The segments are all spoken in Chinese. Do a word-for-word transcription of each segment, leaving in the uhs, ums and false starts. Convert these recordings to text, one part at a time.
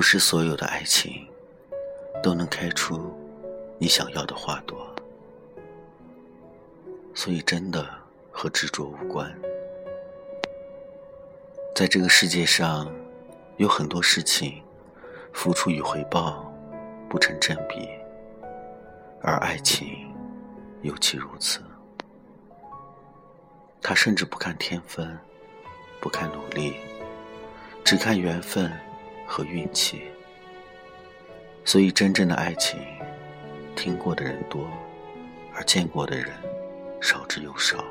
不是所有的爱情都能开出你想要的花朵，所以真的和执着无关。在这个世界上，有很多事情付出与回报不成正比，而爱情尤其如此。它甚至不看天分，不看努力，只看缘分和运气。所以真正的爱情，听过的人多，而见过的人少之又少。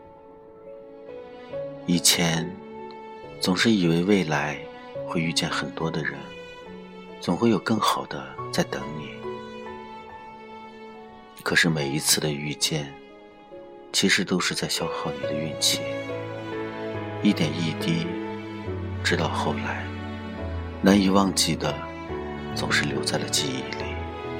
以前总是以为未来会遇见很多的人，总会有更好的在等你。可是每一次的遇见，其实都是在消耗你的运气，一点一滴，直到后来，难以忘记的总是留在了记忆里。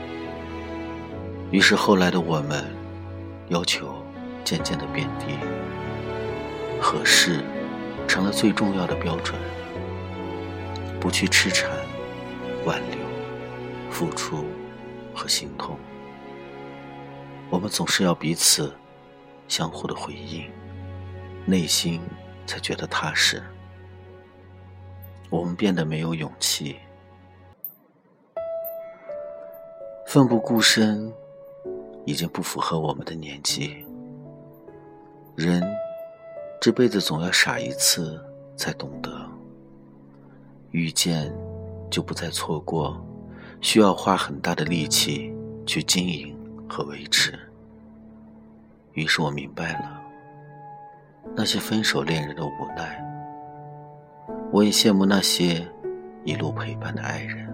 于是后来的我们，要求渐渐的变低，合适成了最重要的标准，不去痴缠、挽留、付出和心痛。我们总是要彼此相互的回应，内心才觉得踏实。我们变得没有勇气，奋不顾身已经不符合我们的年纪。人这辈子总要傻一次才懂得，遇见就不再错过，需要花很大的力气去经营和维持。于是我明白了那些分手恋人的无奈，我也羡慕那些一路陪伴的爱人。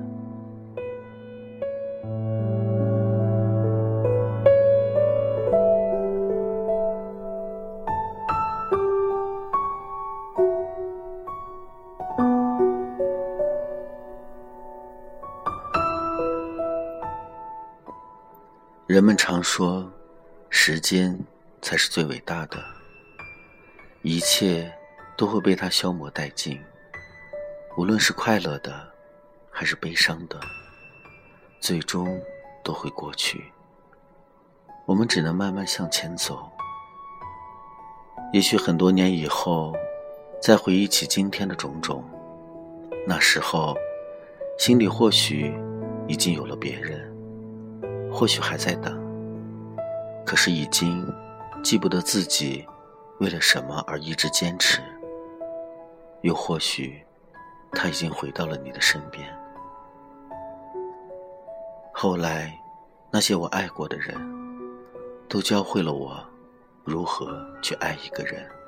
人们常说，时间才是最伟大的，一切都会被它消磨殆尽，无论是快乐的还是悲伤的，最终都会过去。我们只能慢慢向前走。也许很多年以后，再回忆起今天的种种，那时候心里或许已经有了别人，或许还在等，可是已经记不得自己为了什么而一直坚持，又或许他已经回到了你的身边。后来那些我爱过的人，都教会了我如何去爱一个人。